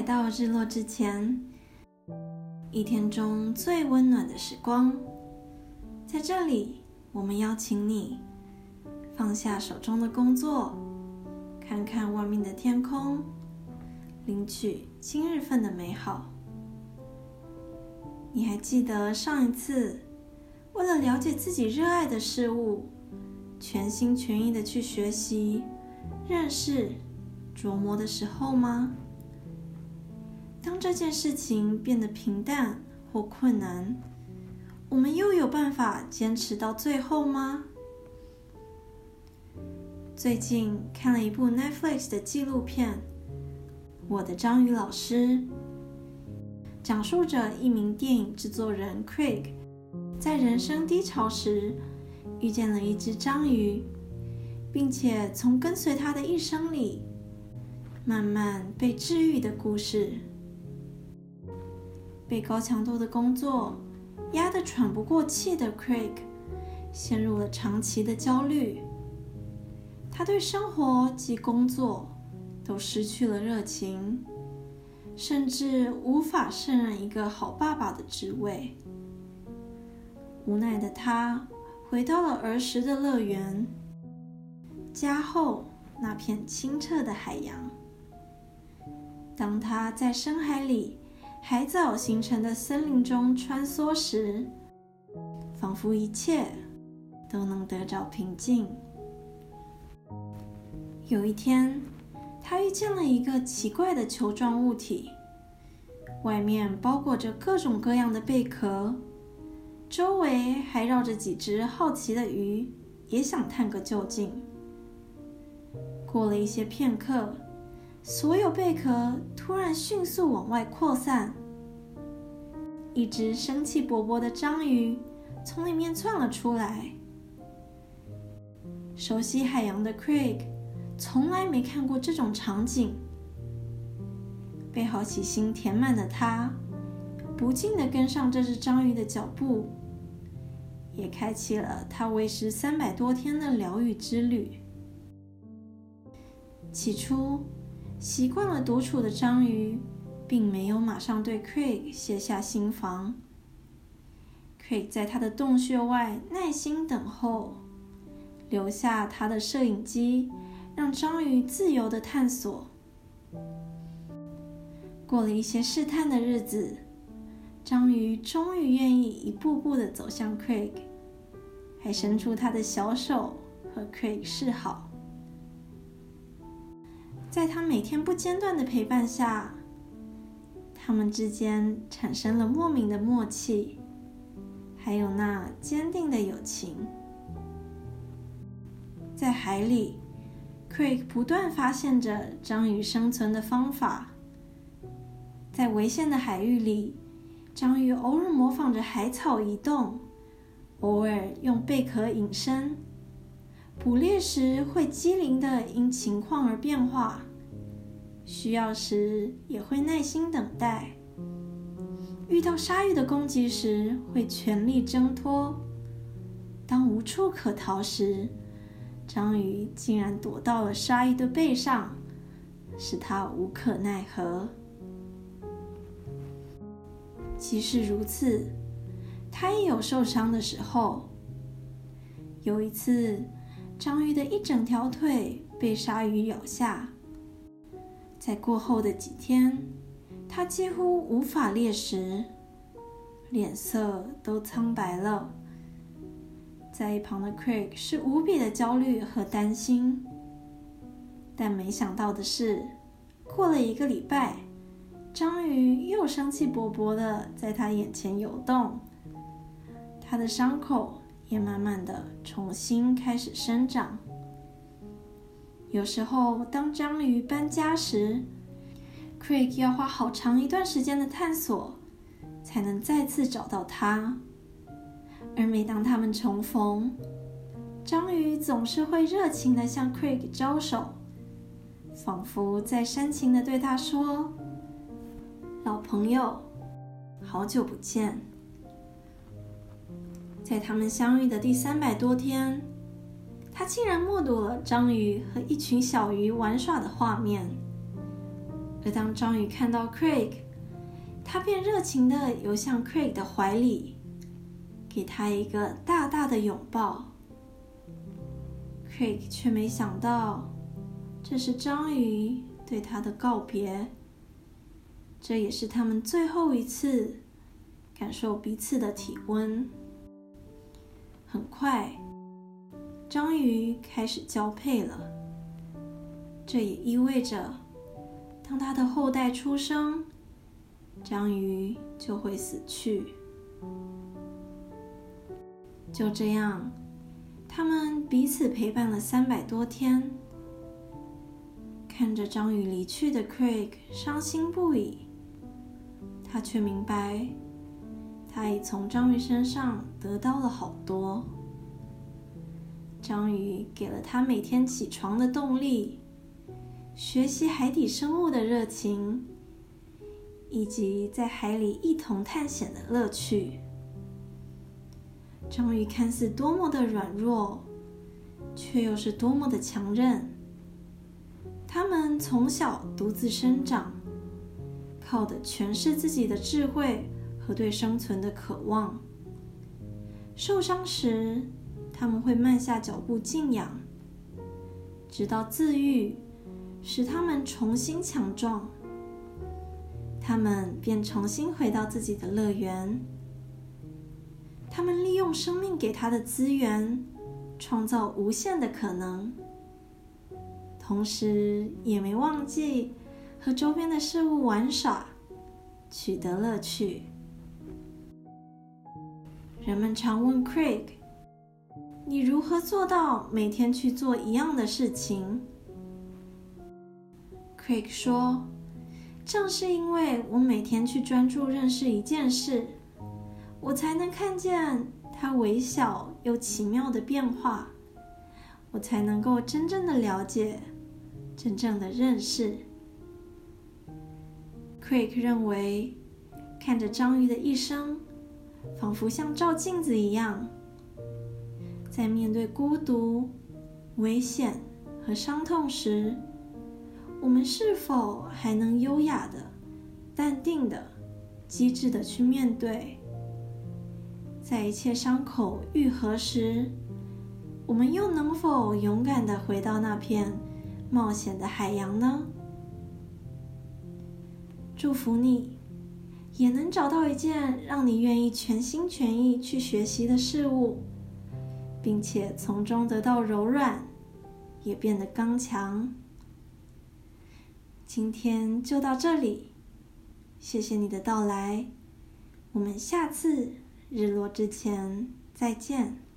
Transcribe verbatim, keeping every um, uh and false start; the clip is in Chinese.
到日落之前，一天中最温暖的时光。在这里，我们邀请你放下手中的工作，看看外面的天空，领取今日份的美好。你还记得上一次为了了解自己热爱的事物，全心全意的去学习、认识、琢磨的时候吗？当这件事情变得平淡或困难，我们又有办法坚持到最后吗？最近看了一部 Netflix 的纪录片《我的章鱼老师》，讲述着一名电影制作人 Craig 在人生低潮时遇见了一只章鱼，并且从跟随他的一生里慢慢被治愈的故事。被高强度的工作压得喘不过气的 Craig 陷入了长期的焦虑，他对生活及工作都失去了热情，甚至无法胜任一个好爸爸的职位。无奈的他回到了儿时的乐园，家后那片清澈的海洋。当他在深海里海藻形成的森林中穿梭时，仿佛一切都能得着平静。有一天，他遇见了一个奇怪的球状物体，外面包裹着各种各样的贝壳，周围还绕着几只好奇的鱼，也想探个究竟。过了一些片刻，所有贝壳突然迅速往外扩散，一只生气勃勃的章鱼从里面窜了出来。熟悉海洋的 Craig 从来没看过这种场景，被好奇心填满的他不禁地跟上这只章鱼的脚步，也开启了他为时三百多天的疗愈之旅。起初习惯了独处的章鱼并没有马上对 Craig 卸下心防。 Craig 在他的洞穴外耐心等候，留下他的摄影机，让章鱼自由地探索。过了一些试探的日子，章鱼终于愿意一步步地走向 Craig， 还伸出他的小手和 Craig 示好。在他每天不间断的陪伴下，他们之间产生了莫名的默契，还有那坚定的友情。在海里， Craig 不断发现着章鱼生存的方法。在危险的海域里，章鱼偶尔模仿着海草移动，偶尔用贝壳隐身，捕猎时会机灵地因情况而变化，需要时也会耐心等待，遇到鲨鱼的攻击时会全力挣脱，当无处可逃时，章鱼竟然躲到了鲨鱼的背上，使它无可奈何。即使如此，它也有受伤的时候。有一次，章鱼的一整条腿被鲨鱼咬下，在过后的几天，它几乎无法猎食，脸色都苍白了。在一旁的 Craig 是无比的焦虑和担心，但没想到的是，过了一个礼拜，章鱼又生气勃勃地在他眼前游动，他的伤口也慢慢地重新开始生长。有时候当章鱼搬家时， Craig 要花好长一段时间的探索才能再次找到它，而每当他们重逢，章鱼总是会热情地向 Craig 招手，仿佛在煽情地对他说：老朋友，好久不见。在他们相遇的第三百多天，他竟然目睹了章鱼和一群小鱼玩耍的画面。 而当章鱼看到 Craig， 他便热情地游向 Craig 的怀里，给他一个大大的拥抱。Craig 却没想到，这是章鱼对他的告别，这也是他们最后一次感受彼此的体温。很快，章鱼开始交配了，这也意味着，当它的后代出生，章鱼就会死去。就这样，他们彼此陪伴了三百多天。看着章鱼离去的 Craig 伤心不已，他却明白，他已从章鱼身上得到了好多。章鱼给了他每天起床的动力，学习海底生物的热情，以及在海里一同探险的乐趣。章鱼看似多么的软弱，却又是多么的强韧。它们从小独自生长，靠的全是自己的智慧和对生存的渴望。受伤时，他们会慢下脚步静养，直到自愈使他们重新强壮。他们便重新回到自己的乐园。他们利用生命给他的资源，创造无限的可能，同时也没忘记和周边的事物玩耍，取得乐趣。人们常问 Craig， 你如何做到每天去做一样的事情？ Craig 说，正是因为我每天去专注认识一件事，我才能看见它微小又奇妙的变化，我才能够真正的了解，真正的认识。 Craig 认为，看着章鱼的一生仿佛像照镜子一样，在面对孤独、危险和伤痛时，我们是否还能优雅的、淡定的、机智的去面对？在一切伤口愈合时，我们又能否勇敢地回到那片冒险的海洋呢？祝福你，也能找到一件让你愿意全心全意去学习的事物，并且从中得到柔软，也变得刚强。今天就到这里，谢谢你的到来，我们下次日落之前再见。